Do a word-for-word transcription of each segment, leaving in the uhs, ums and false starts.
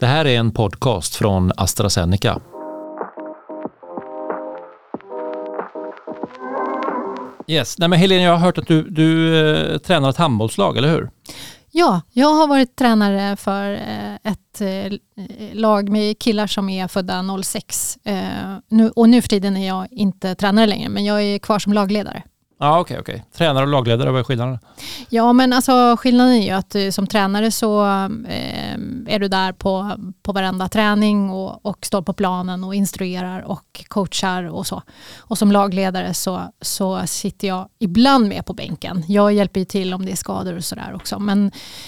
Det här är en podcast från AstraZeneca. Yes. Nej, men Helene, jag har hört att du, du eh, tränar ett handbollslag, eller hur? Ja, jag har varit tränare för eh, ett eh, lag med killar som är födda noll sex. Eh, nu, och nu för tiden är jag inte tränare längre, men jag är kvar som lagledare. Ja, okej, okej. Tränare och lagledare, vad är skillnaden? Ja, men alltså skillnaden är ju att du, som tränare så eh, är du där på, på varenda träning och, och står på planen och instruerar och coachar och så. Och som lagledare så, så sitter jag ibland med på bänken. Jag hjälper ju till om det är skador och sådär också. Men,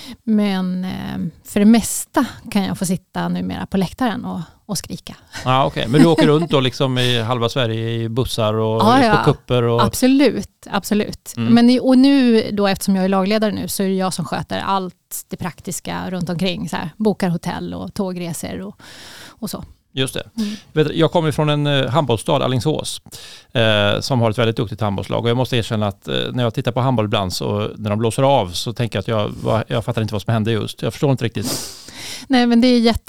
men eh, för det mesta kan jag få sitta numera på läktaren och och skrika. Ja, okej. Okay. Men du åker runt då liksom i halva Sverige i bussar och ja, ja. på kupper? Och... Absolut, absolut. Mm. Men, och nu då, eftersom jag är lagledare nu, så är det jag som sköter allt det praktiska runt omkring. Så här, bokar hotell och tågresor och, och så. Just det. Mm. Jag kommer från en uh, handbollsstad, Alingsås, eh, som har ett väldigt duktigt handbollslag. Och jag måste erkänna att eh, när jag tittar på handboll ibland så när de blåser av så tänker jag att jag, va, jag fattar inte vad som hände just. Jag förstår inte riktigt. Nej, men det är jätte...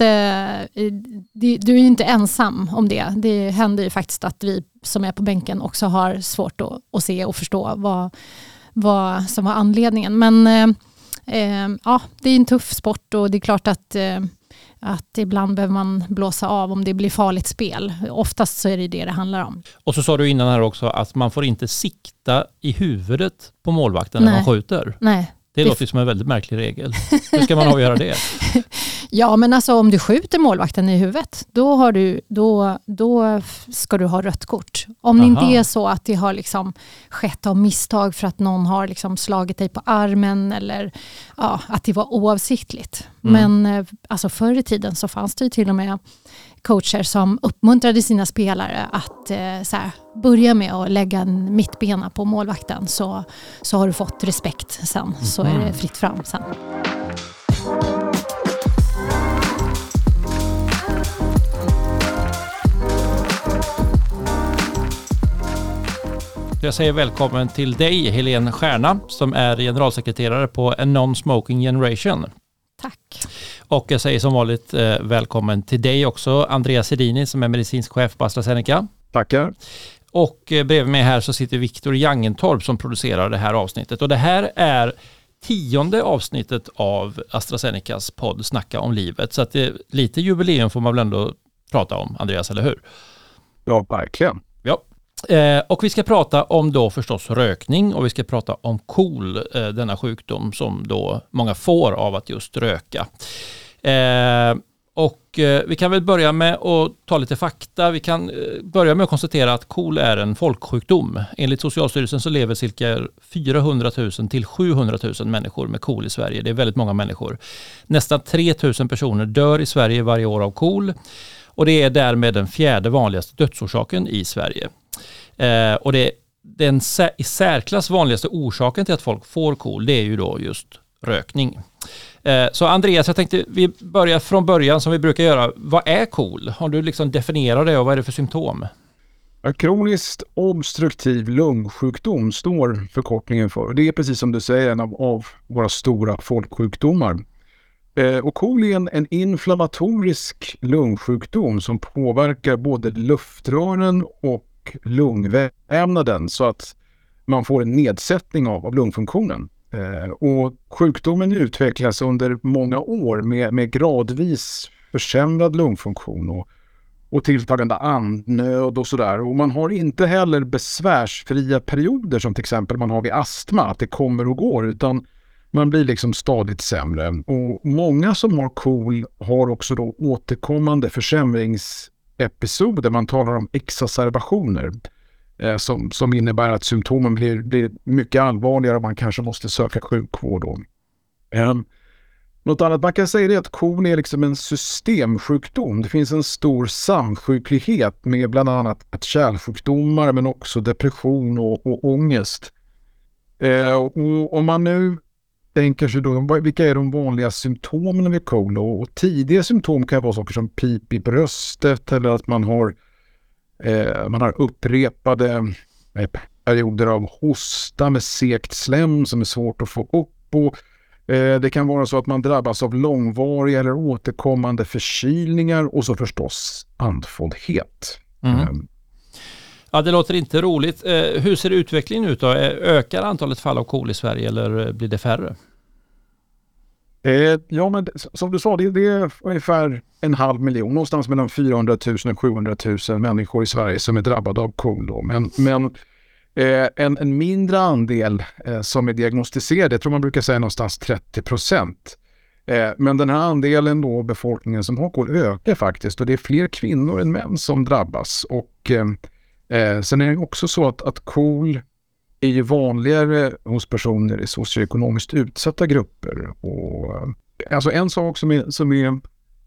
Det, du är ju inte ensam om det. Det händer ju faktiskt att vi som är på bänken också har svårt att, att se och förstå vad, vad som var anledningen. Men eh, ja, det är en tuff sport och det är klart att, eh, att ibland behöver man blåsa av om det blir farligt spel. Oftast så är det det det handlar om. Och så sa du innan här också att man får inte sikta i huvudet på målvakten när Nej. man skjuter. Nej. Det låter ju som en väldigt märklig regel. Hur ska man avgöra det? Ja, men alltså om du skjuter målvakten i huvudet, då, har du, då, då ska du ha rött kort. Om det Aha. inte är så att det har liksom skett av misstag för att någon har liksom slagit dig på armen eller ja, att det var oavsiktligt. Mm. Men alltså förr i tiden så fanns det ju till och med coacher som uppmuntrade sina spelare att eh, så här, börja med att lägga en mittbena på målvakten så, så har du fått respekt sen. Så är det fritt fram sen. Jag säger välkommen till dig, Helene Stjärna, som är generalsekreterare på A Non-Smoking Generation. Tack. Och jag säger som vanligt eh, välkommen till dig också, Andreas Sedini, som är medicinsk chef på AstraZeneca. Tackar. Och eh, bredvid mig här så sitter Viktor Jangentorp som producerar det här avsnittet. Och det här är tionde avsnittet av AstraZenecas podd Snacka om livet. Så att det, lite jubileum får man väl ändå prata om, Andreas, eller hur? Ja, verkligen. Ja. Eh, och vi ska prata om då förstås rökning och vi ska prata om KOL, eh, denna sjukdom som då många får av att just röka. Eh, och eh, vi kan väl börja med att ta lite fakta. Vi kan eh, börja med att konstatera att KOL är en folksjukdom. Enligt Socialstyrelsen så lever cirka fyrahundratusen till sjuhundratusen människor med KOL i Sverige. Det är väldigt många människor. Nästan tre tusen personer dör i Sverige varje år av KOL. Och det är därmed den fjärde vanligaste dödsorsaken i Sverige. Eh, och det, den sär, i särklass vanligaste orsaken till att folk får KOL, det är ju då just rökning. Eh, så Andreas, jag tänkte vi börjar från början som vi brukar göra. Vad är KOL? Har du liksom definierat det och vad är det för symptom? Ja, kroniskt obstruktiv lungsjukdom står förkortningen för. Det är precis som du säger en av, av våra stora folksjukdomar. Eh, och KOL är en, en inflammatorisk lungsjukdom som påverkar både luftrören och lungvävnaden så att man får en nedsättning av, av lungfunktionen. Eh, och sjukdomen utvecklas under många år med, med gradvis försämrad lungfunktion och, och tilltagande andnöd och sådär. Och man har inte heller besvärsfria perioder som till exempel man har vid astma, att det kommer och går, utan man blir liksom stadigt sämre. Och många som har KOL har också då återkommande försämrings episoder, man talar om exacerbationer eh, som, som innebär att symptomen blir, blir mycket allvarligare och man kanske måste söka sjukvård. Då. Eh, något annat man kan säga är att KOL är liksom en systemsjukdom. Det finns en stor samsjuklighet med bland annat kärlsjukdomar men också depression och, och ångest. Eh, och om man nu tänker sig då, vilka är de vanliga symptomen vid KOL? Och, och tidiga symptom kan vara saker som pip i bröstet eller att man har, eh, man har upprepade eh, perioder av hosta med segt slem som är svårt att få upp. Och Eh, det kan vara så att man drabbas av långvariga eller återkommande förkylningar och så förstås andfåddhet. Mm. Eh, Ja, det låter inte roligt. Eh, hur ser utvecklingen ut då? Ökar antalet fall av KOL i Sverige eller blir det färre? Eh, ja, men som du sa, det, det är ungefär en halv miljon, någonstans mellan fyrahundratusen och sjuhundratusen människor i Sverige som är drabbade av KOL. Då. Men, men eh, en, en mindre andel eh, som är diagnostiserade, jag tror man brukar säga någonstans trettio procent. Eh, men den här andelen då befolkningen som har KOL ökar faktiskt, och det är fler kvinnor än män som drabbas. Och eh, eh, sen är det också så att, att KOL är ju vanligare hos personer i socioekonomiskt utsatta grupper. Och, alltså en sak som är, som är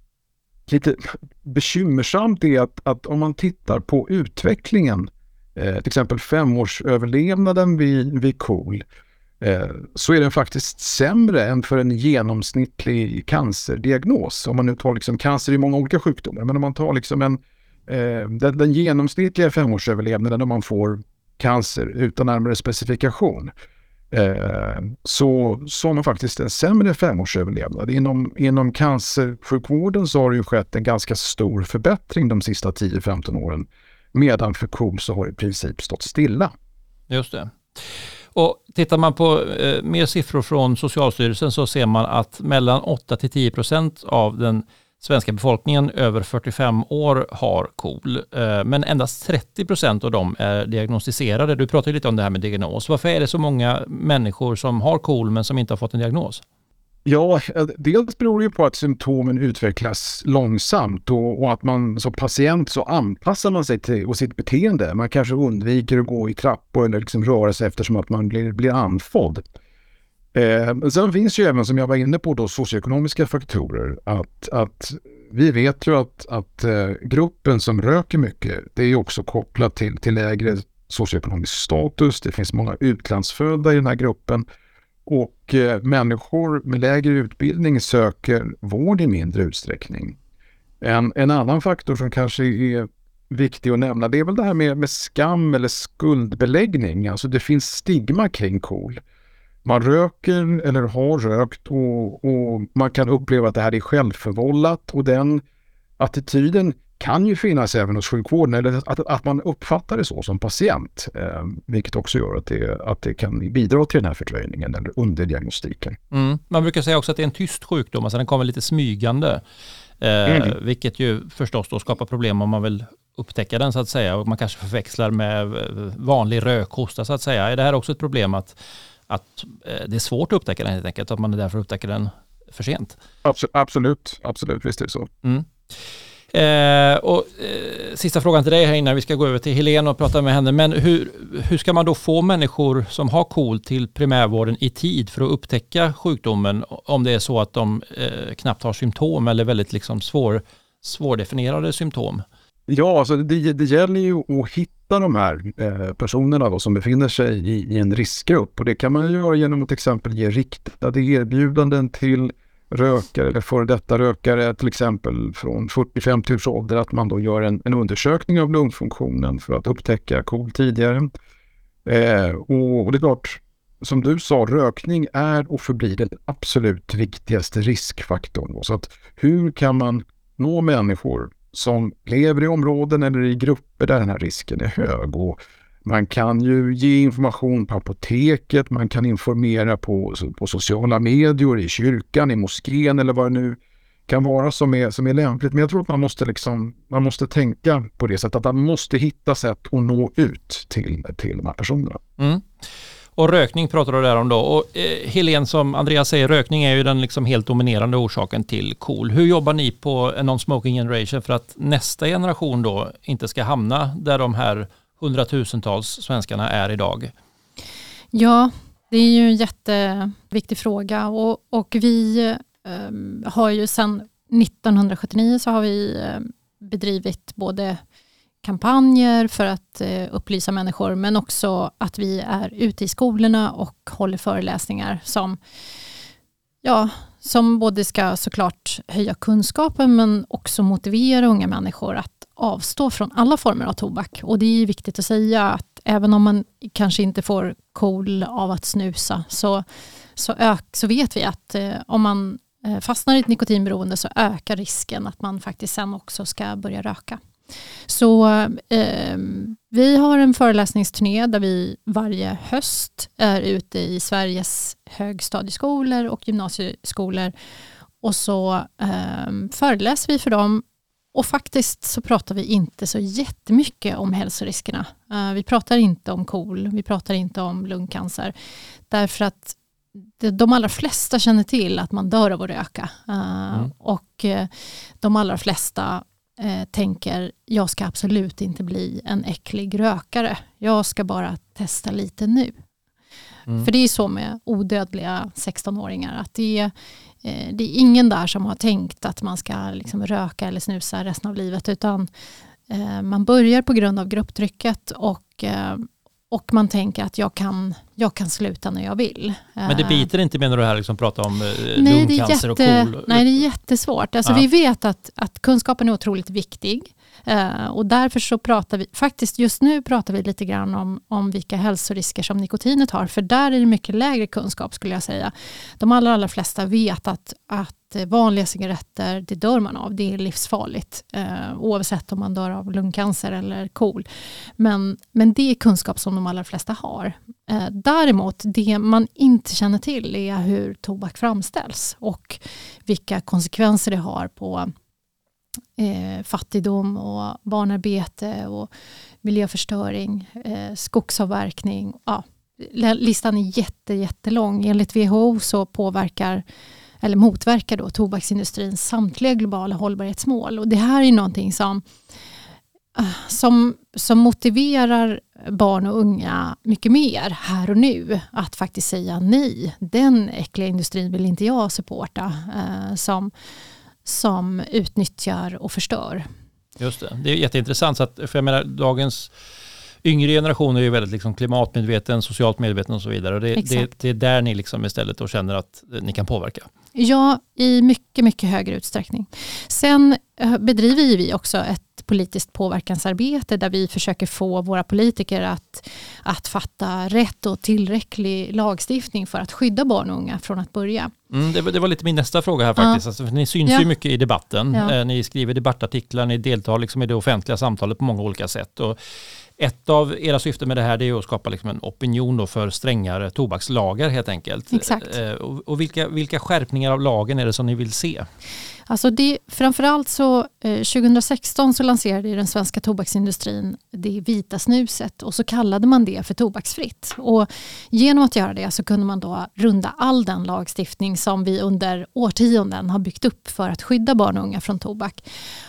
lite bekymmersamt är att, att om man tittar på utvecklingen, eh, till exempel femårsöverlevnaden vid, vid KOL, eh, så är den faktiskt sämre än för en genomsnittlig cancerdiagnos. Om man nu tar liksom cancer i många olika sjukdomar, men om man tar liksom en, eh, den, den genomsnittliga femårsöverlevnaden om man får cancer utan närmare specifikation, eh, så, så har man faktiskt en sämre femårsöverlevnad. Inom, inom cancersjukvården så har det ju skett en ganska stor förbättring de sista tio till femton åren, medan för KOL så har det i princip stått stilla. Just det. Och tittar man på eh, mer siffror från Socialstyrelsen så ser man att mellan åtta till tio procent av den svenska befolkningen över fyrtiofem år har KOL, men endast trettio procent av dem är diagnostiserade. Du pratade lite om det här med diagnos. Varför är det så många människor som har KOL men som inte har fått en diagnos? Ja, dels beror det ju på att symptomen utvecklas långsamt och, och att man som patient så anpassar man sig till och sitt beteende. Man kanske undviker att gå i trappor eller liksom röra sig eftersom att man blir, blir andfådd. Eh, sen finns ju även, som jag var inne på, då, socioekonomiska faktorer. Att, att vi vet ju att, att eh, gruppen som röker mycket, det är också kopplat till, till lägre socioekonomisk status. Det finns många utlandsfödda i den här gruppen. Och eh, människor med lägre utbildning söker vård i mindre utsträckning. En, en annan faktor som kanske är viktig att nämna, det är väl det här med, med skam eller skuldbeläggning. Alltså det finns stigma kring KOL. Man röker eller har rökt och, och man kan uppleva att det här är självförvållat, och den attityden kan ju finnas även hos sjukvården, eller att, att man uppfattar det så som patient, eh, vilket också gör att det, att det kan bidra till den här fördröjningen eller underdiagnostiken. Mm. Man brukar säga också att det är en tyst sjukdom, alltså den kommer lite smygande, eh, mm. vilket ju förstås då skapar problem om man vill upptäcka den så att säga, och man kanske förväxlar med vanlig rökhosta så att säga. Är det här också ett problem att att det är svårt att upptäcka den helt enkelt, att man därför upptäcker den för sent? Absolut, absolut, absolut visst är det så. Mm. Eh, och, eh, sista frågan till dig här innan vi ska gå över till Helene och prata med henne. Men hur, hur ska man då få människor som har KOL till primärvården i tid för att upptäcka sjukdomen, om det är så att de eh, knappt har symptom eller väldigt liksom svår, svårdefinierade symptom? Ja, alltså det, det gäller ju att hitta de här eh, personerna då, som befinner sig i, i en riskgrupp, och det kan man göra genom att till exempel ge riktade erbjudanden till rökare eller före detta rökare, till exempel från fyrtio till femtio års ålder, att man då gör en, en undersökning av lungfunktionen för att upptäcka KOL tidigare. Eh, och, och det är klart, som du sa, rökning är och förblir den absolut viktigaste riskfaktorn. Så att hur kan man nå människor som lever i områden eller i grupper där den här risken är hög? Och man kan ju ge information på apoteket, man kan informera på, på sociala medier, i kyrkan, i moskén eller vad det nu kan vara som är, som är lämpligt. Men jag tror att man måste, liksom, man måste tänka på det sättet, att man måste hitta sätt att nå ut till, till de här personerna. Mm. Och rökning pratar du där om då. Och eh, Helene, som Andreas säger, rökning är ju den liksom helt dominerande orsaken till KOL. Hur jobbar ni på Non-Smoking Generation för att nästa generation då inte ska hamna där de här hundratusentals svenskarna är idag? Ja, det är ju en jätteviktig fråga, och, och vi eh, har ju sedan nittonhundrasjuttionio så har vi eh, bedrivit både kampanjer för att eh, upplysa människor, men också att vi är ute i skolorna och håller föreläsningar som, ja, som både ska såklart höja kunskapen men också motivera unga människor att avstå från alla former av tobak. Och det är viktigt att säga att att även om man kanske inte får KOL av att snusa så, så, ök, så vet vi att eh, om man eh, fastnar i ett nikotinberoende så ökar risken att man faktiskt sen också ska börja röka. Så eh, vi har en föreläsningsturné där vi varje höst är ute i Sveriges högstadieskolor och gymnasieskolor och så eh, föreläser vi för dem. Och faktiskt så pratar vi inte så jättemycket om hälsoriskerna. Uh, vi pratar inte om KOL, vi pratar inte om lungcancer. Därför att det, de allra flesta känner till att man dör av att röka. Uh, mm. Och uh, de allra flesta uh, tänker, jag ska absolut inte bli en äcklig rökare. Jag ska bara testa lite nu. Mm. För det är så med odödliga sextonåringar att det är, det är ingen där som har tänkt att man ska liksom röka eller snusa resten av livet, utan eh, man börjar på grund av grupptrycket och, eh, och man tänker att jag kan, jag kan sluta när jag vill. Men det biter inte med när du här liksom pratar om eh, nej, lungcancer det är jätte, och KOL? Nej, det är jättesvårt. Alltså, ja. Vi vet att, att kunskapen är otroligt viktig. Uh, och därför så pratar vi, faktiskt just nu pratar vi lite grann om, om vilka hälsorisker som nikotinet har. För där är det mycket lägre kunskap skulle jag säga. De allra, allra flesta vet att, att vanliga cigaretter, det dör man av. Det är livsfarligt. Uh, oavsett om man dör av lungcancer eller KOL. Men, men det är kunskap som de allra flesta har. Uh, däremot, det man inte känner till är hur tobak framställs. Och vilka konsekvenser det har på Eh, fattigdom och barnarbete och miljöförstöring, eh, skogsavverkning. Ja, listan är jätte, jättelång. Enligt W H O så påverkar eller motverkar då tobaksindustrin samtliga globala hållbarhetsmål. Och det här är någonting som, som, som motiverar barn och unga mycket mer här och nu att faktiskt säga nej. Den äckliga industrin vill inte jag supporta eh, som som utnyttjar och förstör. Just det. Det är jätteintressant. Så att, för jag menar, dagens yngre generation är ju väldigt liksom klimatmedveten, socialt medveten och så vidare. Och det, det, det är där ni liksom istället då känner att ni kan påverka. Ja, i mycket, mycket högre utsträckning. Sen bedriver vi också ett politiskt påverkansarbete där vi försöker få våra politiker att, att fatta rätt och tillräcklig lagstiftning för att skydda barn och unga från att börja. Mm, det, det var lite min nästa fråga här faktiskt. Ja. Alltså, för ni syns ja. ju mycket i debatten. Ja. Eh, ni skriver debattartiklar, ni deltar liksom i det offentliga samtalet på många olika sätt. Och ett av era syften med det här är att skapa liksom en opinion då för strängare tobakslagar helt enkelt. Exakt. Eh, och och vilka, vilka skärpningar av lagen är det som ni vill se? Alltså det, framförallt så eh, tjugohundrasexton så lanserade den svenska tobaksindustrin det vita snuset och så kallade man det för tobaksfritt. Och genom att göra det så kunde man då runda all den lagstiftning som vi under årtionden har byggt upp för att skydda barn och unga från tobak.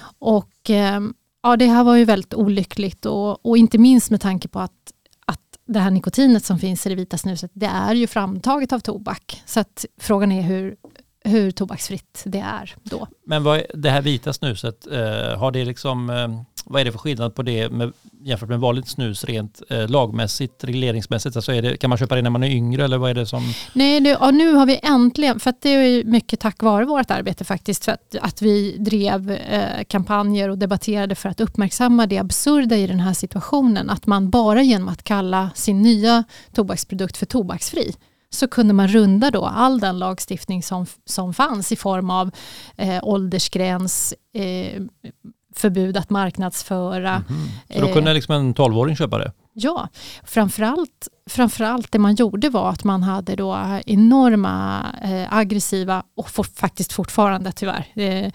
Och eh, ja, det här var ju väldigt olyckligt och, och inte minst med tanke på att, att det här nikotinet som finns i det vita snuset, det är ju framtaget av tobak. Så att frågan är hur hur tobaksfritt det är då. Men vad är det här vita snuset, eh, har det liksom, eh, vad är det för skillnad på det med, jämfört med vanligt snus rent eh, lagmässigt, regleringsmässigt? Alltså är det, kan man köpa det när man är yngre eller vad är det som? Nej, det, och nu har vi äntligen, för att det är mycket tack vare vårt arbete faktiskt, för att, att vi drev eh, kampanjer och debatterade för att uppmärksamma det absurda i den här situationen, att man bara genom att kalla sin nya tobaksprodukt för tobaksfri så kunde man runda då all den lagstiftning som, som fanns i form av eh, åldersgräns, eh, förbud att marknadsföra. Mm-hmm. Så då kunde liksom en tolvåring köpa det? Ja, framförallt, framförallt det man gjorde var att man hade då enorma eh, aggressiva och for, faktiskt fortfarande tyvärr eh,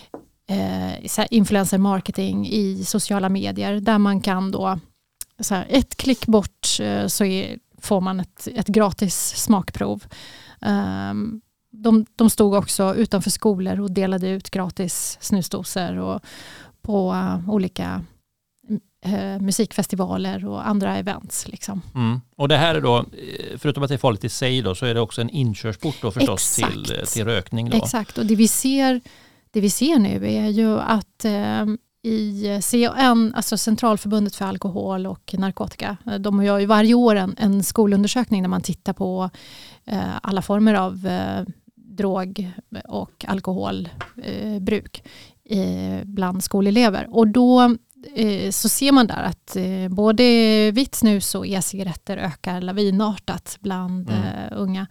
eh, influencer marketing i sociala medier där man kan då så här, ett klick bort eh, så är får man ett, ett gratis smakprov. Um, de, de stod också utanför skolor och delade ut gratis snusdoser och på uh, olika uh, musikfestivaler och andra events. Liksom. Mm. Och det här är då, förutom att det är farligt i sig då, så är det också en inkörsport då förstås till, till rökning. Då. Exakt, och det vi ser, det vi ser nu är ju att um, i C A N, alltså Centralförbundet för alkohol och narkotika, de gör ju varje år en, en skolundersökning där man tittar på eh, alla former av eh, drog- och alkoholbruk eh, bland skolelever. Och då eh, så ser man där att eh, både vitt snus och e-cigaretter ökar lavinartat bland mm. eh, unga.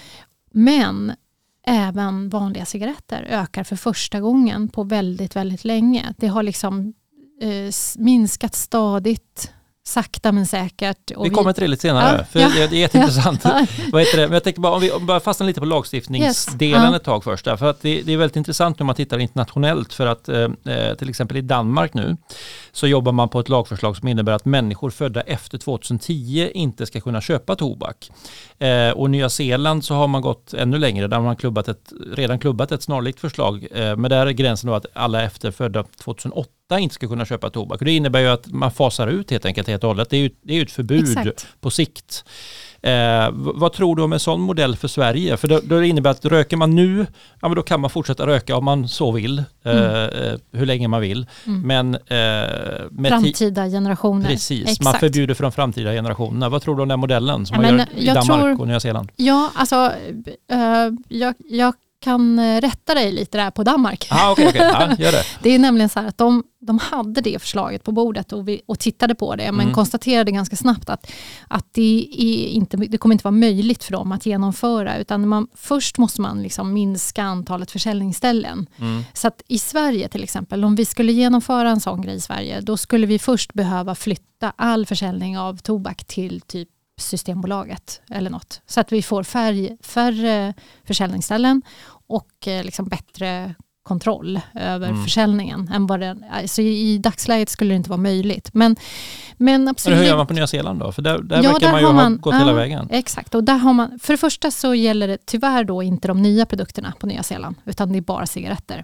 Men även vanliga cigaretter ökar för första gången på väldigt, väldigt länge. Det har liksom eh, minskat stadigt, sakta men säkert. Och vi kommer till det lite senare, ja, för ja, det är jätteintressant. Ja. Vad heter det? Men jag tänker bara, om vi bara fastnar lite på lagstiftningsdelen yes. ja. ett tag först. Där, för att det, det är väldigt intressant när man tittar internationellt, för att eh, till exempel i Danmark nu så jobbar man på ett lagförslag som innebär att människor födda efter tjugohundratio inte ska kunna köpa tobak. Eh, och i Nya Zeeland så har man gått ännu längre, där man har klubbat ett, redan klubbat ett snarlikt förslag. Eh, men där är gränsen då att alla efter födda tjugohundraåtta inte ska kunna köpa tobak. Och det innebär ju att man fasar ut helt enkelt helt och hållet. Det är ju, det är ju ett förbud Exakt. På sikt. Eh, vad tror du om en sån modell för Sverige? För då, då innebär att röker man nu, ja, men då kan man fortsätta röka om man så vill. Eh, mm. Hur länge man vill. Mm. Men, eh, med framtida generationer. Precis, Exakt. Man förbjuder för de framtida generationerna. Vad tror du om den modellen som ja, man gör i Danmark tror, och Nya Zeeland? Ja, alltså uh, jag, jag kan rätta dig lite där på Danmark. Ah, okay, okay. Ja, gör det. Det är nämligen så här att de, de hade det förslaget på bordet och, vi, och tittade på det, men mm. konstaterade ganska snabbt att, att det, är inte, det kommer inte vara möjligt för dem att genomföra, utan man, först måste man liksom minska antalet försäljningsställen. Mm. Så att i Sverige till exempel, om vi skulle genomföra en sån grej i Sverige, då skulle vi först behöva flytta all försäljning av tobak till typ Systembolaget eller något. Så att vi får färg, färre försäljningsställen och eh, liksom bättre kontroll över mm. försäljningen än vad det, alltså i, i dagsläget skulle det inte vara möjligt. Men, men absolut. Men hur gör man på Nya Zeeland då? För där, där ja, verkar där man ju ha man, gått ja, hela vägen. Exakt. Och där har man, för det första så gäller det tyvärr då inte de nya produkterna på Nya Zeeland, utan det är bara cigaretter.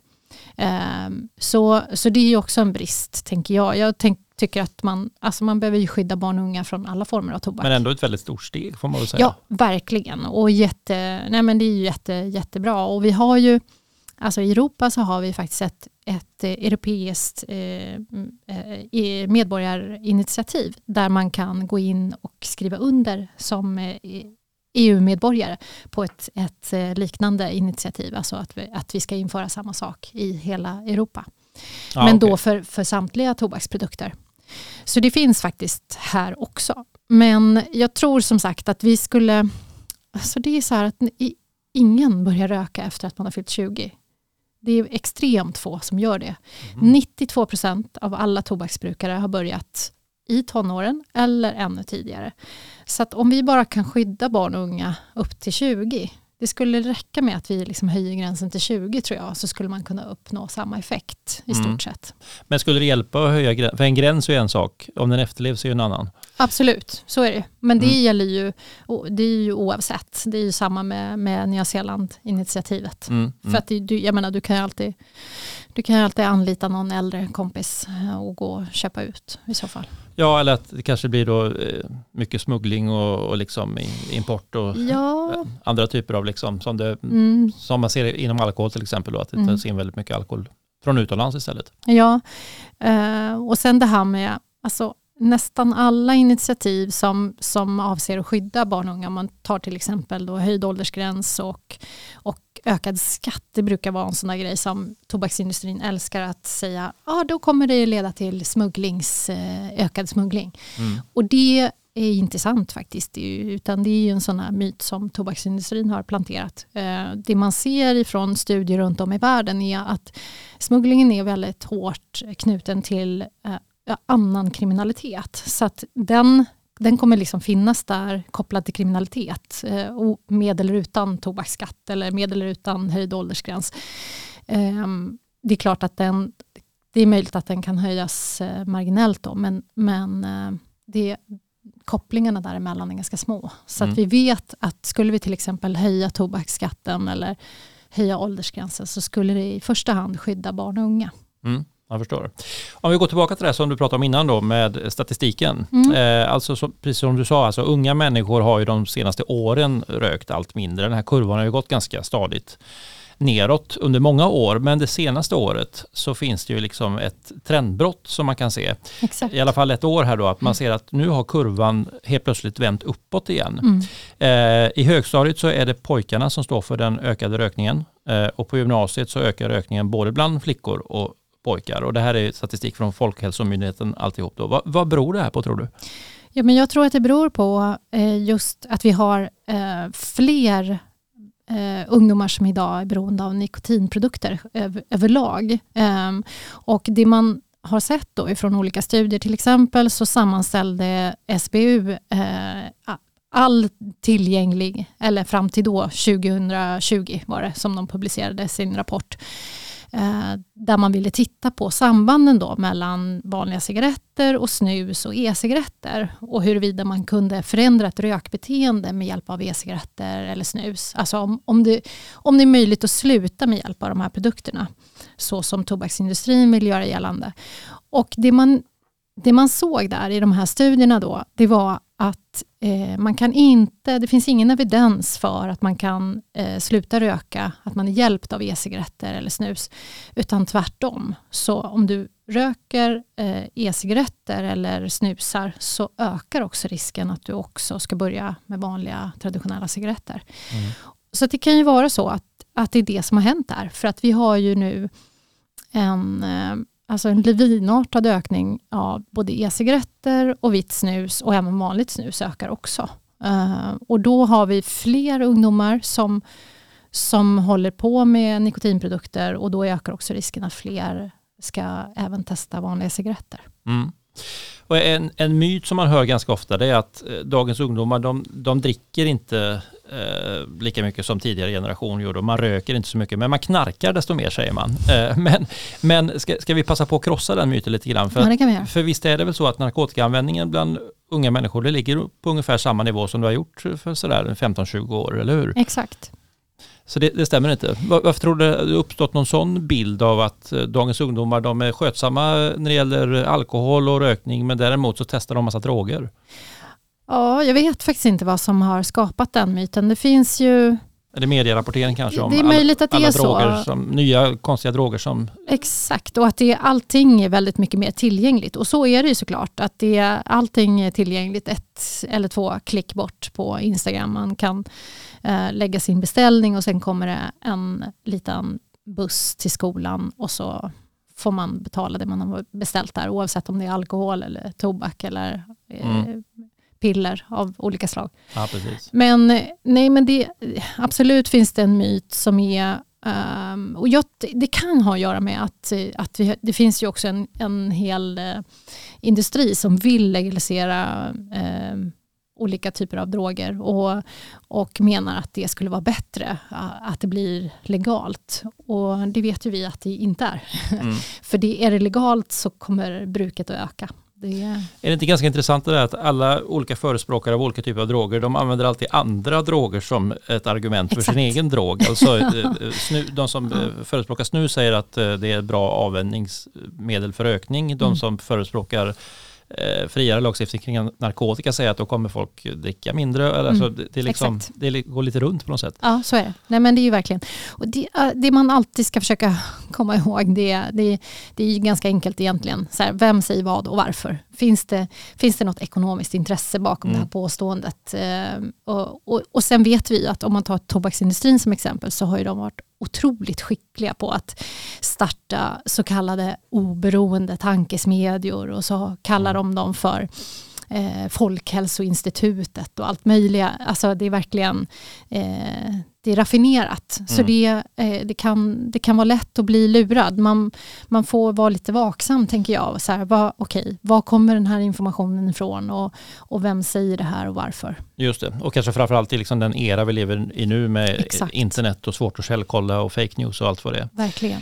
Um, så, så det är ju också en brist, tänker jag. Jag tänk, tycker att man, alltså man behöver ju skydda barn och unga från alla former av tobak. Men ändå ett väldigt stort steg, får man väl säga. Ja, verkligen. Och jätte, nej men det är ju jätte, jättebra. Och vi har ju, alltså i Europa så har vi faktiskt ett, ett europeiskt eh, medborgarinitiativ där man kan gå in och skriva under som eh, E U-medborgare på ett, ett liknande initiativ, alltså att vi, att vi ska införa samma sak i hela Europa. Ah, men okay. då för, för samtliga tobaksprodukter. Så det finns faktiskt här också. Men jag tror som sagt att vi skulle, alltså det är så här att ingen börjar röka efter att man har fyllt tjugo. Det är extremt få som gör det. Mm. nittiotvå procent av alla tobaksbrukare har börjat i tonåren eller ännu tidigare. Så att om vi bara kan skydda barn och unga upp till tjugo, det skulle räcka med att vi liksom höjer gränsen till tjugo, tror jag, så skulle man kunna uppnå samma effekt i stort mm. sett. Men skulle det hjälpa att höja gränsen? För en gräns är en sak, om den efterlevs är en annan. Absolut, så är det. Men det mm. gäller ju, det är ju oavsett. Det är ju samma med, med Nya Zeeland-initiativet. Mm. Mm. För att du, jag menar, du kan ju alltid, du kan ju alltid anlita någon äldre kompis och gå och köpa ut i så fall. Ja, eller att det kanske blir då mycket smuggling och, och liksom import och ja. andra typer av liksom, som, det, mm. som man ser inom alkohol till exempel, då, att det tas in väldigt mycket alkohol från utomlands istället. Ja, uh, och sen det här med, alltså nästan alla initiativ som, som avser att skydda barn och unga, man tar till exempel då höjd åldersgräns och, och ökad skatt, det brukar vara en sån där grej som tobaksindustrin älskar att säga, ja ah, då kommer det leda till smugglings, ökad smuggling. Mm. Och det är inte sant faktiskt, det är ju, utan det är ju en sån här myt som tobaksindustrin har planterat. Det man ser ifrån studier runt om i världen är att smugglingen är väldigt hårt knuten till annan kriminalitet. Så att den, den kommer liksom finnas där kopplad till kriminalitet. Eh, med eller utan tobaksskatt eller med eller utan höjd åldersgräns. Eh, det är klart att den, det är möjligt att den kan höjas eh, marginellt då, men, men eh, det, kopplingarna däremellan är ganska små. Så mm. att vi vet att skulle vi till exempel höja tobaksskatten eller höja åldersgränsen, så skulle det i första hand skydda barn och unga. Mm. Jag förstår. Om vi går tillbaka till det som du pratade om innan då med statistiken. Mm. Eh, alltså så, precis som du sa, alltså, unga människor har ju de senaste åren rökt allt mindre. Den här kurvan har ju gått ganska stadigt neråt under många år. Men det senaste året så finns det ju liksom ett trendbrott som man kan se. Exakt. I alla fall ett år här då, att man mm. ser att nu har kurvan helt plötsligt vänt uppåt igen. Mm. Eh, I högstadiet så är det pojkarna som står för den ökade rökningen. Eh, och på gymnasiet så ökar rökningen både bland flickor och pojkar. Och det här är statistik från Folkhälsomyndigheten alltihop. Då. Vad, vad beror det här på, tror du? Ja, men jag tror att det beror på eh, just att vi har eh, fler eh, ungdomar som idag är beroende av nikotinprodukter över, överlag. Eh, och det man har sett då ifrån olika studier, till exempel så sammanställde S B U eh, all tillgänglig, eller fram till då tjugohundratjugo var det som de publicerade sin rapport, eh, där man ville titta på sambanden då mellan vanliga cigaretter och snus och e-cigaretter och huruvida man kunde förändra ett rökbeteende med hjälp av e-cigaretter eller snus. Alltså om, om, det, om det är möjligt att sluta med hjälp av de här produkterna, så som tobaksindustrin vill göra gällande. Och det man, det man såg där i de här studierna då, det var att eh, man kan inte, det finns ingen evidens för att man kan eh, sluta röka, att man är hjälpt av e-cigaretter eller snus, utan tvärtom. Så om du röker eh, e-cigaretter eller snusar, så ökar också risken att du också ska börja med vanliga traditionella cigaretter. Mm. Så det kan ju vara så att, att det är det som har hänt där, för att vi har ju nu en eh, Alltså en lavinartad ökning av både e-cigaretter och vitt snus, och även vanligt snus ökar också. Uh, och då har vi fler ungdomar som, som håller på med nikotinprodukter, och då ökar också risken att fler ska även testa vanliga cigaretter. Mm. Och en, en myt som man hör ganska ofta, det är att eh, dagens ungdomar de, de dricker inte eh, lika mycket som tidigare generation gjorde. Man röker inte så mycket, men man knarkar desto mer, säger man. Eh, men men ska, ska vi passa på att krossa den myten lite grann? För, ja, det kan vi göra. För visst är det väl så att narkotikaanvändningen bland unga människor, det ligger på ungefär samma nivå som det har gjort för sådär femton tjugo år, eller hur? Exakt. Så det, det stämmer inte. Varför tror du det har uppstått någon sån bild av att dagens ungdomar, de är skötsamma när det gäller alkohol och rökning, men däremot så testar de massa droger? Ja, jag vet faktiskt inte vad som har skapat den myten. Det finns ju... Är det medierapporteringen kanske om det är möjligt att det alla är droger så. Som, nya konstiga droger som... Exakt, och att det, allting är väldigt mycket mer tillgängligt. Och så är det ju såklart, att det, allting är tillgängligt ett eller två klick bort på Instagram. Man kan eh, lägga sin beställning och sen kommer det en liten buss till skolan, och så får man betala det man har beställt där, oavsett om det är alkohol eller tobak eller eh, mm. piller av olika slag. Ja, precis. Men nej, men det, absolut finns det en myt som är, um, och jag, det kan ha att göra med att, att vi, det finns ju också en, en hel uh, industri som vill legalisera uh, olika typer av droger, och, och menar att det skulle vara bättre uh, att det blir legalt. Och det vet ju vi att det inte är. Mm. För det, är det legalt så kommer bruket att öka. Det är... är det inte ganska intressant det där att alla olika förespråkare av olika typer av droger, de använder alltid andra droger som ett argument för Exakt. Sin egen drog. Alltså, snu, de som ja. förespråkar snus säger att det är bra avvänjningsmedel för rökning. De mm. som förespråkar eh, friare lagstiftning kring narkotika säger att då kommer folk dricka mindre. Eller, mm. alltså, det, det, är liksom, det går lite runt på något sätt. Ja, så är det. Nej, men det är ju verkligen. Och det, det man alltid ska försöka komma ihåg, det, det, det är ju ganska enkelt egentligen. Så här, vem säger vad och varför? Finns det, finns det något ekonomiskt intresse bakom mm. det här påståendet? Eh, och, och, och sen vet vi att om man tar tobaksindustrin som exempel, så har ju de varit otroligt skickliga på att starta så kallade oberoende tankesmedjor, och så kallar de dem för eh, Folkhälsoinstitutet och allt möjliga. Alltså det är verkligen eh, det är raffinerat. Mm. Så det, eh, det, kan, det kan vara lätt att bli lurad. Man, man får vara lite vaksam, tänker jag. Så här, vad, okej, var kommer den här informationen ifrån, och, och vem säger det här och varför? Just det. Och kanske framförallt i liksom den era vi lever i nu med Exakt. Internet och svårt att källkolla och fake news och allt vad det är. Verkligen.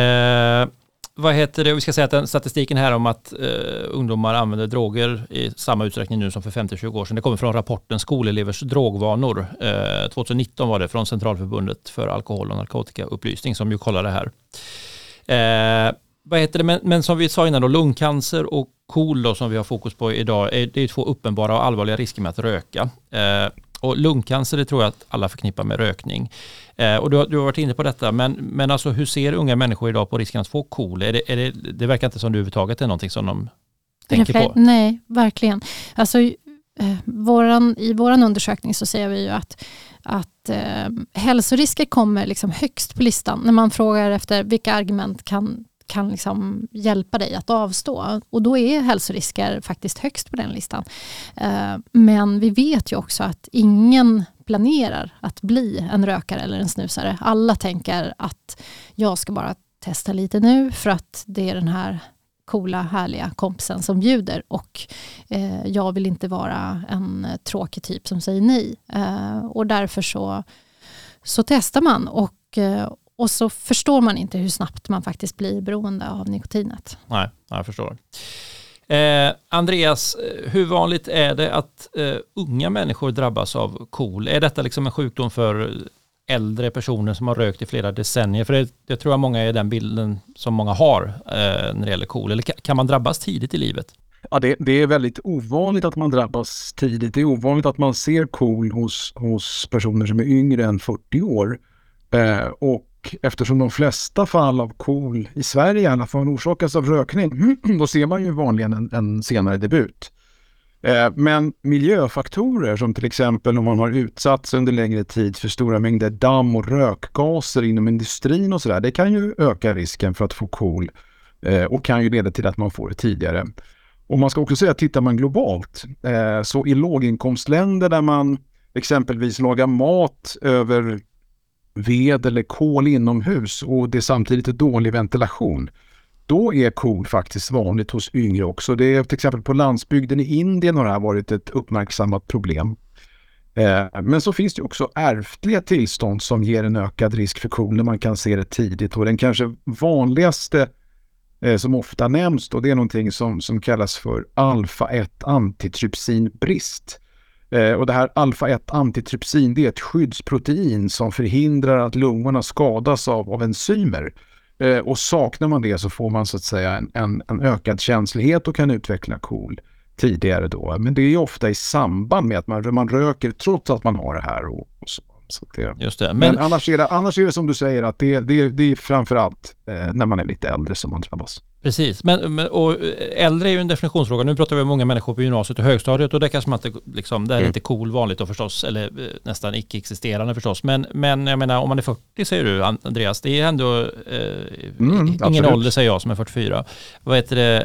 Eh, vad heter det? Vi ska säga att den statistiken här om att eh, ungdomar använder droger i samma utsträckning nu som för femtio till tjugo år sedan. Det kommer från rapporten Skolelevers drogvanor. Eh, tjugohundranitton var det, från Centralförbundet för alkohol- och narkotikaupplysning, som ju kollar det här. Eh, vad heter det? Men, men som vi sa innan då, lungcancer och KOL då, som vi har fokus på idag, är, det är två uppenbara och allvarliga risker med att röka. Eh, Och lungcancer, det tror jag att alla förknippar med rökning. Eh, och du har, du har varit inne på detta, men, men alltså, hur ser unga människor idag på risken att få KOL? Är det, är det, det verkar inte som det överhuvudtaget är någonting som de tänker på. Nej, verkligen. Alltså, eh, våran, i vår undersökning så säger vi ju att, att eh, hälsorisker kommer liksom högst på listan. När man frågar efter vilka argument kan kan liksom hjälpa dig att avstå. Och då är hälsorisker faktiskt högst på den listan. Eh, men vi vet ju också att ingen planerar att bli en rökare eller en snusare. Alla tänker att jag ska bara testa lite nu för att det är den här coola, härliga kompisen som bjuder och eh, jag vill inte vara en tråkig typ som säger nej. Eh, och därför så, så testar man och, eh, och så förstår man inte hur snabbt man faktiskt blir beroende av nikotinet. Nej, jag förstår. Eh, Andreas, hur vanligt är det att eh, unga människor drabbas av KOL? Är detta liksom en sjukdom för äldre personer som har rökt i flera decennier? För det, det tror jag många är den bilden som många har eh, när det gäller KOL. Eller kan, kan man drabbas tidigt i livet? Ja, det, det är väldigt ovanligt att man drabbas tidigt. Det är ovanligt att man ser KOL hos, hos personer som är yngre än fyrtio år. Eh, och eftersom de flesta fall av KOL i Sverige i alla fall orsakas av rökning, då ser man ju vanligen en, en senare debut. Eh, men miljöfaktorer som till exempel om man har utsatts under längre tid för stora mängder damm och rökgaser inom industrin och sådär, det kan ju öka risken för att få KOL eh, och kan ju leda till att man får det tidigare. Och man ska också säga att tittar man globalt eh, så i låginkomstländer där man exempelvis lagar mat över ved eller kol inomhus och det samtidigt är dålig ventilation, då är KOL faktiskt vanligt hos yngre också. Det är till exempel på landsbygden i Indien har det här varit ett uppmärksammat problem. Eh, men så finns det också ärftliga tillstånd som ger en ökad risk för KOL när man kan se det tidigt. Och den kanske vanligaste eh, som ofta nämns då, det är någonting som, som kallas för alfa ett antitrypsinbrist. Eh, och det här alfa ett antitrypsin, det är ett skyddsprotein som förhindrar att lungorna skadas av, av enzymer. Eh, och saknar man det så får man så att säga en, en, en ökad känslighet och kan utveckla KOL tidigare då. Men det är ju ofta i samband med att man, man röker trots att man har det här. Och, och så. Så det, Just det. Men, men annars, är det, annars är det som du säger att det, det, det är framförallt eh, när man är lite äldre som man drabbas. Precis, men, men och äldre är ju en definitionsfråga. Nu pratar vi om många människor på gymnasiet och högstadiet och det kanske man inte, liksom, det är mm. inte KOL vanligt då förstås, eller eh, nästan icke-existerande förstås. Men, men jag menar, om man är fyrtio säger du Andreas, det är ändå eh, mm, ingen absolut. Ålder säger jag som är fyrtiofyra. Vad heter det?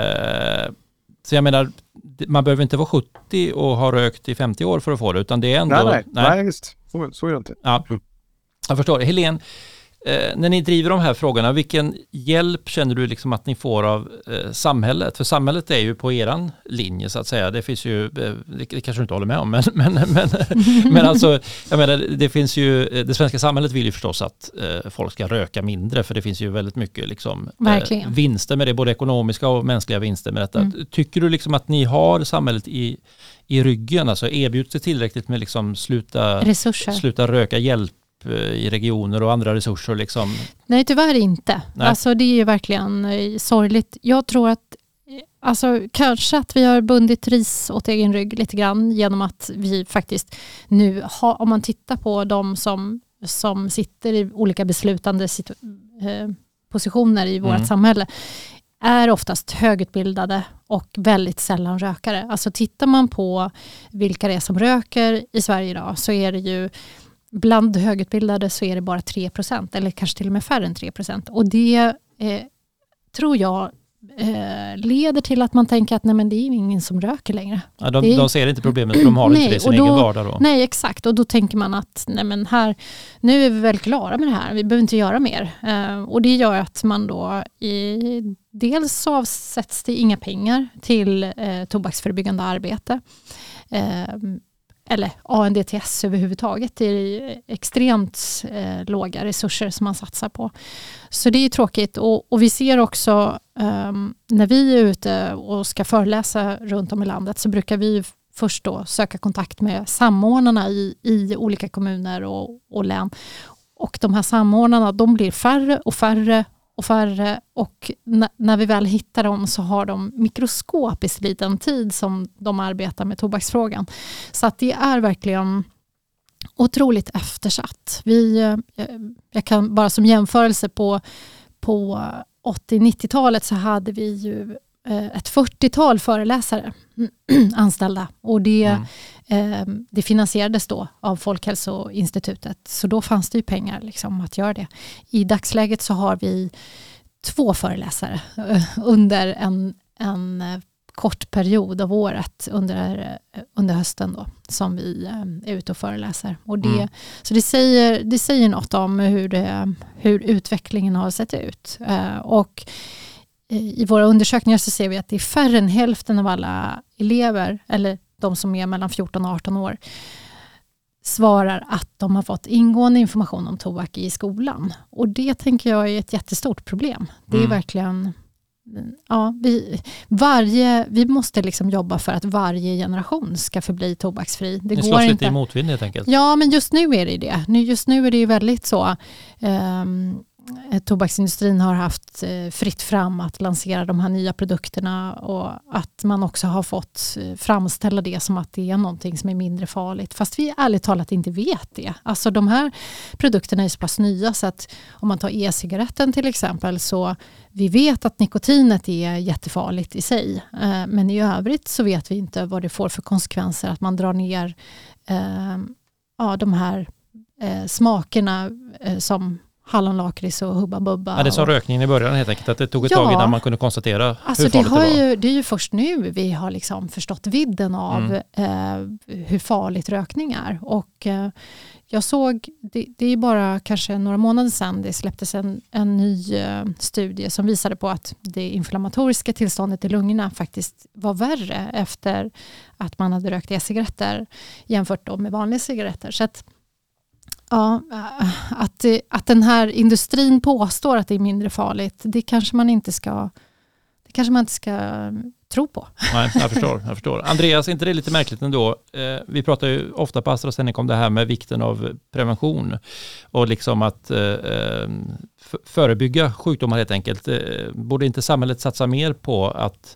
Eh, så jag menar, man behöver inte vara sjuttio och ha rökt i femtio år för att få det, utan det är ändå... Nej, nej, nej. nej just. Så, så är det inte. Ja, jag förstår. Helene, eh, när ni driver de här frågorna, vilken hjälp känner du liksom att ni får av eh, samhället? För samhället är ju på eran linje så att säga. Det finns ju, eh, det, det kanske du inte håller med om, men, men, men, men alltså, jag menar, det finns ju, det svenska samhället vill ju förstås att eh, folk ska röka mindre, för det finns ju väldigt mycket liksom, eh, vinster med det, både ekonomiska och mänskliga vinster med detta. Mm. Tycker du liksom att ni har samhället i i ryggen, alltså erbjuds det tillräckligt med liksom sluta, sluta röka hjälp i regioner och andra resurser liksom? Nej, tyvärr inte. Nej. Alltså det är ju verkligen sorgligt. Jag tror att alltså, kanske att vi har bundit ris åt egen rygg lite grann genom att vi faktiskt nu har, om man tittar på de som, som sitter i olika beslutande situ- eh, positioner i vårt mm. samhälle, är oftast högutbildade och väldigt sällan rökare. Alltså tittar man på vilka det är som röker i Sverige idag, så är det ju bland högutbildade så är det bara tre procent eller kanske till och med färre än tre procent. Och det eh, tror jag eh, leder till att man tänker att nej, men det är ingen som röker längre. Ja, de, är, de ser inte problemet för de har nej, inte det i sin då, egen vardag då. Nej, exakt. Och då tänker man att nej, men här, nu är vi väl klara med det här. Vi behöver inte göra mer. Eh, och det gör att man då i, dels avsätts det inga pengar till eh, tobaksförebyggande arbete. Eh, eller A N D T S överhuvudtaget. Det är extremt eh, låga resurser som man satsar på. Så det är tråkigt. Och, och vi ser också um, när vi är ute och ska föreläsa runt om i landet, så brukar vi först då söka kontakt med samordnarna i, i olika kommuner och, och län. Och de här samordnarna, de blir färre och färre och färre, och n- när vi väl hittar dem så har de mikroskopiskt liten tid som de arbetar med tobaksfrågan. Så att det är verkligen otroligt eftersatt. Vi, jag kan bara som jämförelse på, på åttio-nittiotalet så hade vi ju ett fyrtiotal föreläsare anställda, och det, mm. eh, det finansierades då av Folkhälsoinstitutet, så då fanns det ju pengar liksom att göra det. I dagsläget så har vi två föreläsare under en, en kort period av året under, under hösten då, som vi är ute och föreläser. Och det, mm. Så det säger, det säger något om hur, det, hur utvecklingen har sett ut. Och i våra undersökningar så ser vi att det är färre än hälften av alla elever, eller de som är mellan fjorton och arton år, svarar att de har fått ingående information om tobak i skolan. Och det tänker jag är ett jättestort problem. Det är mm. verkligen... Ja, vi, varje, vi måste liksom jobba för att varje generation ska förbli tobaksfri. Det, det går slåss inte. Lite i motvind helt enkelt. Ja, men just nu är det det. Nu, just nu är det ju väldigt så... Um, tobaksindustrin har haft eh, fritt fram att lansera de här nya produkterna och att man också har fått eh, framställa det som att det är någonting som är mindre farligt. Fast vi ärligt talat inte vet det. Alltså de här produkterna är så pass nya så att om man tar e-cigaretten till exempel, så vi vet att nikotinet är jättefarligt i sig. Eh, men i övrigt så vet vi inte vad det får för konsekvenser att man drar ner eh, ja, de här eh, smakerna eh, som hallonlakrits och hubba bubba. Ja, det sa rökningen i början helt enkelt, att det tog ett ja, tag innan man kunde konstatera alltså hur farligt det, har det var. Ju, det är ju först nu vi har liksom förstått vidden av mm. eh, hur farligt rökning är. Och eh, jag såg, det, det är bara kanske några månader sedan det släpptes en, en ny eh, studie som visade på att det inflammatoriska tillståndet i lungorna faktiskt var värre efter att man hade rökt e-cigaretter jämfört då med vanliga cigaretter. Så att ja, att, att den här industrin påstår att det är mindre farligt, det kanske man inte ska, det kanske man inte ska tro på. Nej, jag förstår, jag förstår. Andreas, är inte det lite märkligt ändå? Eh, vi pratar ju ofta på AstraZeneca om det här med vikten av prevention och liksom att eh, förebygga sjukdomar helt enkelt. Eh, borde inte samhället satsa mer på att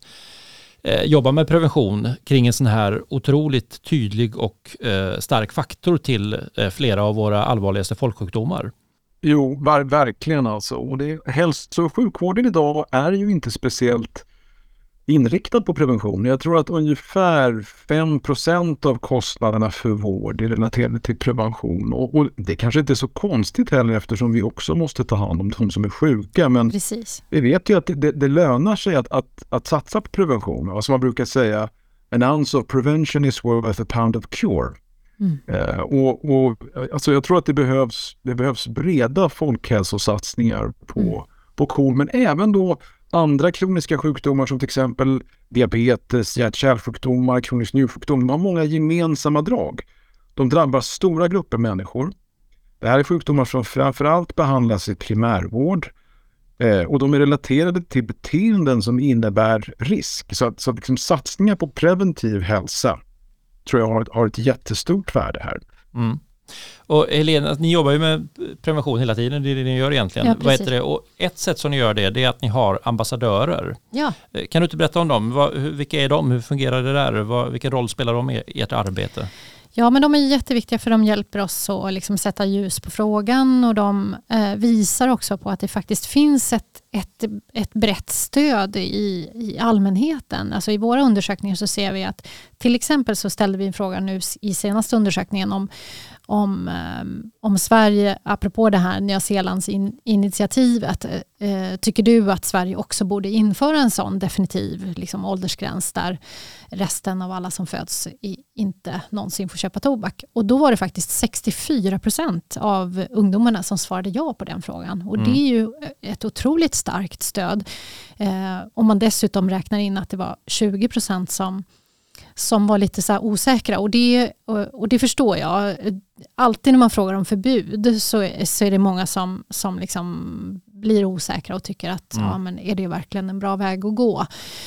jobba med prevention kring en sån här otroligt tydlig och eh, stark faktor till eh, flera av våra allvarligaste folksjukdomar? Jo, var, verkligen alltså. Och det, hälso- och sjukvården idag är ju inte speciellt inriktad på prevention. Jag tror att ungefär fem procent av kostnaderna för vård är relaterade till prevention. Och, och det kanske inte är så konstigt heller eftersom vi också måste ta hand om de som är sjuka. Men precis. Vi vet ju att det, det lönar sig att, att, att satsa på prevention. Och som man brukar säga, an ounce of prevention is worth a pound of cure. Mm. Eh, och, och, alltså jag tror att det behövs, det behövs breda folkhälsosatsningar på, mm. på K O L, men även då andra kroniska sjukdomar som till exempel diabetes, hjärt-kärlsjukdomar, kronisk njursjukdom. De har många gemensamma drag. De drabbar stora grupper människor. Det här är sjukdomar som framförallt behandlas i primärvård eh, och de är relaterade till beteenden som innebär risk. Så att, så att liksom satsningar på preventiv hälsa tror jag har ett, har ett jättestort värde här. Mm. Och Helena, ni jobbar ju med prevention hela tiden, det är det ni gör egentligen. Ja, Vad heter det? Och ett sätt som ni gör det, det är att ni har ambassadörer. Ja. Kan du inte berätta om dem? Vad, vilka är de? Hur fungerar det där? Vad, vilken roll spelar de i ert arbete? Ja, men de är jätteviktiga för de hjälper oss att liksom sätta ljus på frågan och de eh, visar också på att det faktiskt finns ett, ett, ett brett stöd i, i allmänheten. Alltså i våra undersökningar så ser vi att till exempel så ställde vi en fråga nu i senaste undersökningen om Om, om Sverige, apropå det här Nya Zeelands in, initiativet, eh, tycker du att Sverige också borde införa en sån definitiv liksom, åldersgräns där resten av alla som föds i, inte någonsin får köpa tobak? Och då var det faktiskt sextiofyra procent av ungdomarna som svarade ja på den frågan. Och mm. det är ju ett otroligt starkt stöd. Eh, om man dessutom räknar in att det var tjugo procent som som var lite så här osäkra. Och det, och, och det förstår jag. Alltid när man frågar om förbud så är, så är det många som, som liksom blir osäkra och tycker att mm. ja, men är det verkligen en bra väg att gå?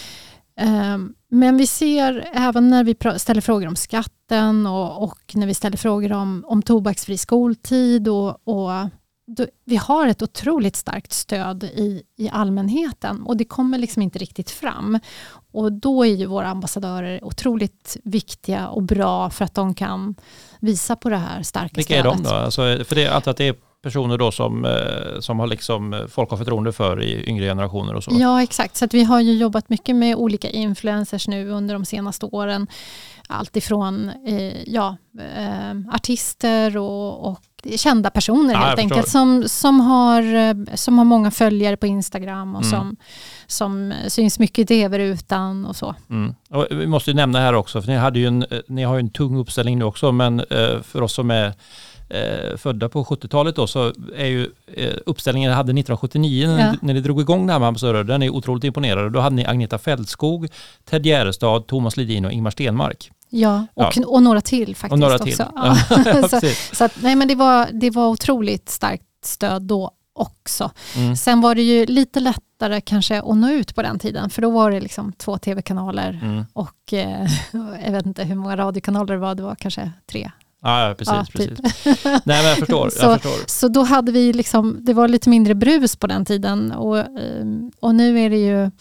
Um, men vi ser även när vi pr- ställer frågor om skatten och, och när vi ställer frågor om, om tobaksfri skoltid och, och då, vi har ett otroligt starkt stöd i, i allmänheten och det kommer liksom inte riktigt fram. Och då är ju våra ambassadörer otroligt viktiga och bra för att de kan visa på det här starka Vilka stödet. Vilka är de då? Alltså, för det är att det är personer då som, som har liksom, folk har förtroende för i yngre generationer och så. Ja, exakt. Så att vi har ju jobbat mycket med olika influencers nu under de senaste åren. Allt ifrån eh, ja, eh, artister och, och kända personer ja, helt enkelt som, som, har, som har många följare på Instagram och mm. som, som syns mycket i tv-rutan och så. Mm. Och vi måste ju nämna här också, för ni, hade ju en, ni har ju en tung uppställning nu också, men eh, för oss som är eh, födda på sjuttiotalet då, så är ju eh, uppställningen hade nittonhundrasjuttionio ja. när, när ni drog igång det här med ambassadörer, den är otroligt imponerande. Då hade ni Agneta Fältskog, Ted Gärdestad, Thomas Ledin och Ingmar Stenmark. Ja, och, ja. och några till faktiskt. Och några till. Också. Ja. Ja, så, så att, nej, men det var, det var otroligt starkt stöd då också. Mm. Sen var det ju lite lättare kanske att nå ut på den tiden, för då var det liksom två tv-kanaler mm. och eh, jag vet inte hur många radiokanaler det var, det var kanske tre. Ja, precis. Ja, precis. Typ. Nej, men jag förstår. så, jag förstår. Så då hade vi liksom, det var lite mindre brus på den tiden och, och nu är det ju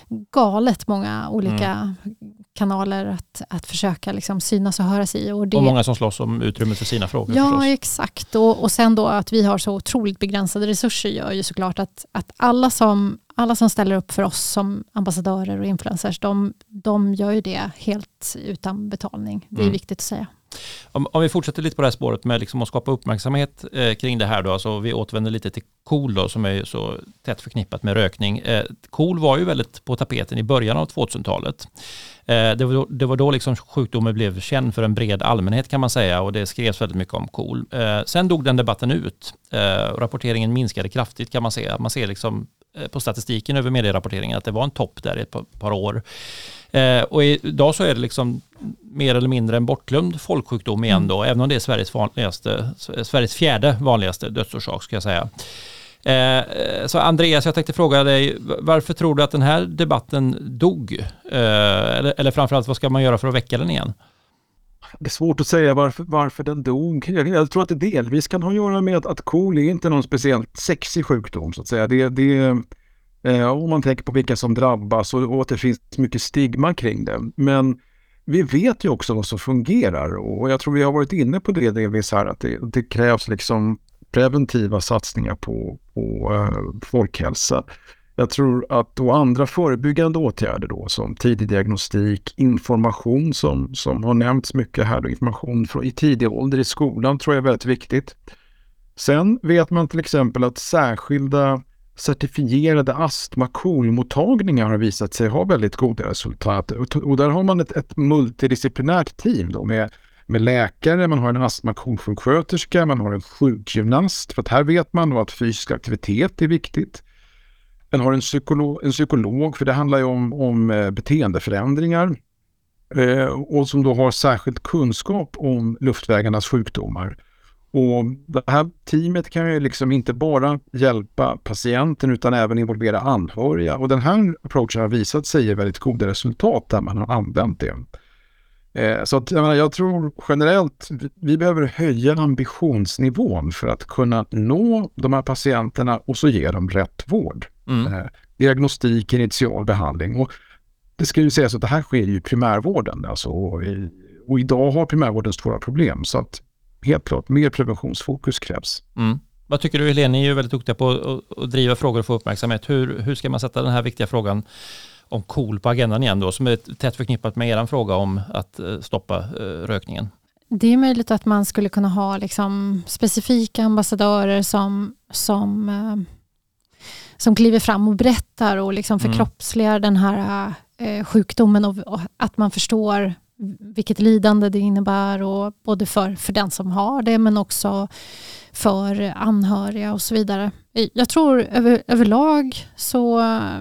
galet många olika mm. kanaler att, att försöka liksom synas och höras i. Och, det, och många som slåss om utrymmet för sina frågor. Ja, förstås. Exakt. Och, och sen då att vi har så otroligt begränsade resurser gör ju såklart att, att alla som Alla som ställer upp för oss som ambassadörer och influencers, de, de gör ju det helt utan betalning. Det är mm. viktigt att säga. Om, om vi fortsätter lite på det här spåret med liksom att skapa uppmärksamhet eh, kring det här då, alltså vi återvänder lite till KOL då, som är så tätt förknippat med rökning. Eh, KOL var ju väldigt på tapeten i början av tvåtusentalet. Eh, det var då, det var då liksom sjukdomen blev känd för en bred allmänhet kan man säga, och det skrevs väldigt mycket om KOL. Eh, sen dog den debatten ut eh, och rapporteringen minskade kraftigt kan man säga. Man ser liksom på statistiken över medierapporteringen att det var en topp där i ett par, par år. Eh, och idag så är det liksom mer eller mindre en bortglömd folksjukdom igen då, mm. även om det är Sveriges, vanligaste, Sveriges fjärde vanligaste dödsorsak ska jag säga. Eh, så Andreas, jag tänkte fråga dig, varför tror du att den här debatten dog? Eh, eller, eller framförallt, vad ska man göra för att väcka den igen? Det är svårt att säga varför, varför den dog. Jag, jag tror att det delvis kan ha att göra med att KOL är inte någon speciellt sexig sjukdom så att säga. Det, det, eh, om man tänker på vilka som drabbas och, och att det finns mycket stigma kring det. Men vi vet ju också vad som fungerar och jag tror vi har varit inne på det delvis här, att det, det krävs liksom preventiva satsningar på, på uh, folkhälsa. Jag tror att då andra förebyggande åtgärder då, som tidig diagnostik, information som, som har nämnts mycket här, då, information från, i tidig ålder i skolan tror jag är väldigt viktigt. Sen vet man till exempel att särskilda certifierade astma-KOL-mottagningar har visat sig ha väldigt goda resultat. Och, och där har man ett, ett multidisciplinärt team då med, med läkare, man har en astma-KOL-sjuksköterska, man har en sjukgymnast, för att här vet man då att fysisk aktivitet är viktigt. Man har en psykolog, en psykolog för det handlar ju om, om beteendeförändringar eh, och som då har särskild kunskap om luftvägarnas sjukdomar. Och det här teamet kan ju liksom inte bara hjälpa patienten utan även involvera anhöriga. Och den här approachen har visat sig ge väldigt goda resultat där man har använt det. Eh, så att, jag, menar, jag tror generellt vi, vi behöver höja ambitionsnivån för att kunna nå de här patienterna och så ge dem rätt vård. Mm. Eh, diagnostik, initial behandling. Och det ska ju sägas att det här sker ju i primärvården. Alltså, och, i, och idag har primärvården stora problem. Så att helt klart, mer preventionsfokus krävs. Mm. Vad tycker du, Helene? Ni är ju väldigt duktiga på att, att driva frågor och få uppmärksamhet. Hur, hur ska man sätta den här viktiga frågan om KOL på agendan igen då, som är tätt förknippat med er fråga om att stoppa uh, rökningen? Det är möjligt att man skulle kunna ha liksom specifika ambassadörer som, som, uh, som kliver fram och berättar och liksom förkroppsligar mm. den här uh, sjukdomen och, och att man förstår vilket lidande det innebär, och både för, för den som har det men också för anhöriga och så vidare. Jag tror över, överlag så,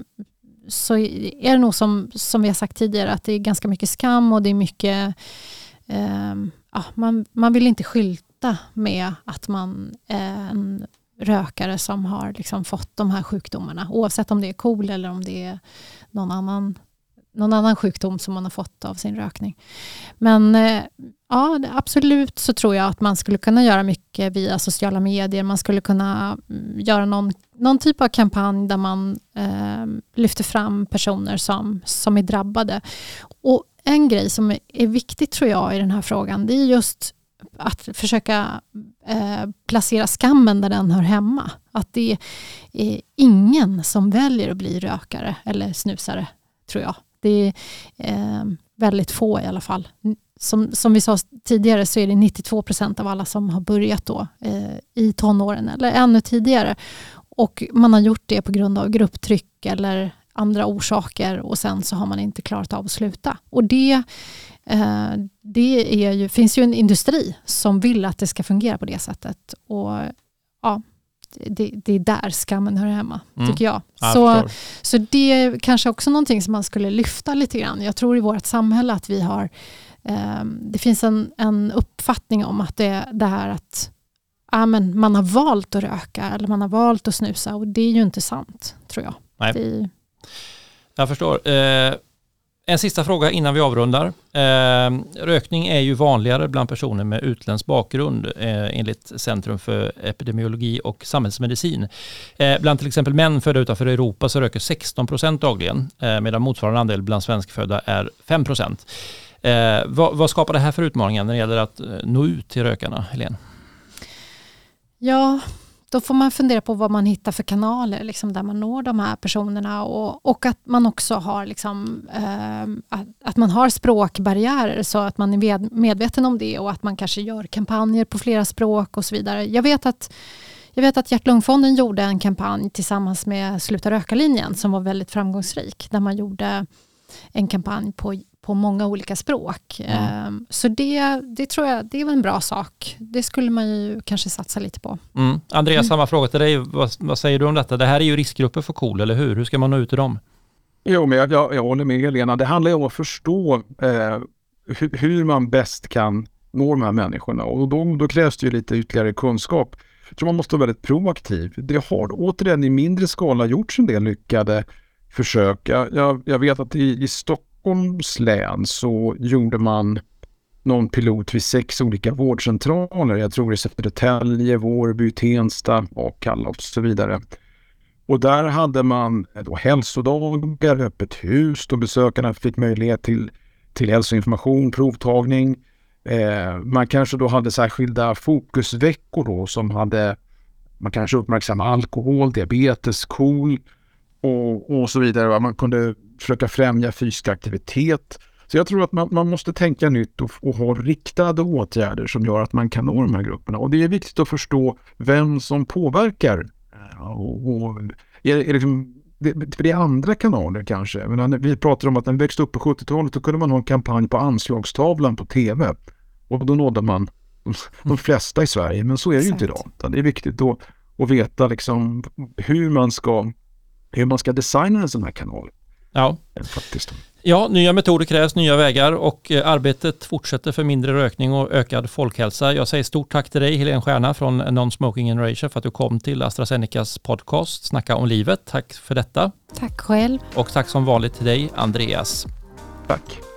så är det nog som, som vi har sagt tidigare att det är ganska mycket skam och det är mycket eh, ja, man, man vill inte skylta med att man är en rökare som har liksom fått de här sjukdomarna, oavsett om det är KOL eller om det är någon annan någon annan sjukdom som man har fått av sin rökning. Men eh, ja, absolut så tror jag att man skulle kunna göra mycket via sociala medier. Man skulle kunna göra någon, någon typ av kampanj där man eh, lyfter fram personer som, som är drabbade. Och en grej som är viktig tror jag i den här frågan, det är just att försöka eh, placera skammen där den hör hemma. Att det är ingen som väljer att bli rökare eller snusare, tror jag. Det är eh, väldigt få i alla fall. Som, som vi sa tidigare så är det nittiotvå procent av alla som har börjat då eh, i tonåren eller ännu tidigare. Och man har gjort det på grund av grupptryck eller andra orsaker och sen så har man inte klarat av att sluta. Och det, eh, det är ju, finns ju en industri som vill att det ska fungera på det sättet. Och ja, det, det är där skammen hör hemma, mm. tycker jag. jag så, så det är kanske också någonting som man skulle lyfta lite grann. Jag tror i vårt samhälle att vi har, eh, det finns en, en uppfattning om att det, det här att ja, men man har valt att röka eller man har valt att snusa och det är ju inte sant, tror jag. Nej. Det... Jag förstår. Eh, en sista fråga innan vi avrundar. Eh, rökning är ju vanligare bland personer med utländsk bakgrund eh, enligt Centrum för epidemiologi och samhällsmedicin. Eh, bland till exempel män födda utanför Europa så röker sexton procent dagligen eh, medan motsvarande andel bland svenskfödda är fem procent. Eh, vad, vad skapar det här för utmaningar när det gäller att eh, nå ut till rökarna, Helene? Ja, då får man fundera på vad man hittar för kanaler liksom, där man når de här personerna och, och att man också har liksom, eh, att, att man har språkbarriärer så att man är med, medveten om det och att man kanske gör kampanjer på flera språk och så vidare. Jag vet att, jag vet att Hjärt-Lungfonden gjorde en kampanj tillsammans med Sluta röka-linjen som var väldigt framgångsrik där man gjorde en kampanj på på många olika språk. Mm. Så det, det tror jag, det är en bra sak. Det skulle man ju kanske satsa lite på. Mm. Andreas, mm. samma fråga till dig. Vad, vad säger du om detta? Det här är ju riskgrupper för KOL, eller hur? Hur ska man nå ut till dem? Jo, men jag, jag, jag håller med Helena. Det handlar ju om att förstå eh, hur, hur man bäst kan nå de här människorna. Och då, då krävs det ju lite ytterligare kunskap. Jag tror man måste vara väldigt proaktiv. Det har återigen i mindre skala gjorts en del lyckade försök. Jag, jag, jag vet att i, i Stockholms län så gjorde man någon pilot vid sex olika vårdcentraler. Jag tror det är Södertälje, Vårby, Tensta och Kalla och så vidare. Och där hade man då hälsodagar, öppet hus då besökarna fick möjlighet till, till hälsoinformation, provtagning. Eh, man kanske då hade särskilda fokusveckor då som hade, man kanske uppmärksamma alkohol, diabetes, KOL och, och så vidare. Man kunde försöka främja fysisk aktivitet. Så jag tror att man, man måste tänka nytt och, och ha riktade åtgärder som gör att man kan nå de här grupperna. Och det är viktigt att förstå vem som påverkar. Och, och, är, är liksom, det, för det är andra kanaler kanske. Men vi pratar om att den växte upp på sjuttiotalet, då kunde man ha en kampanj på anslagstavlan på tv. Och då nådde man de, de flesta i Sverige. Men så är det ju inte idag. Det är viktigt då att veta liksom hur man ska hur man ska designa en sån här kanal. Ja. Faktiskt. Ja, nya metoder krävs, nya vägar och arbetet fortsätter för mindre rökning och ökad folkhälsa. Jag säger stort tack till dig, Helene Stjärna från Non-Smoking Generation, för att du kom till AstraZenecas podcast Snacka om livet. Tack för detta. Tack själv. Och tack som vanligt till dig, Andreas. Tack.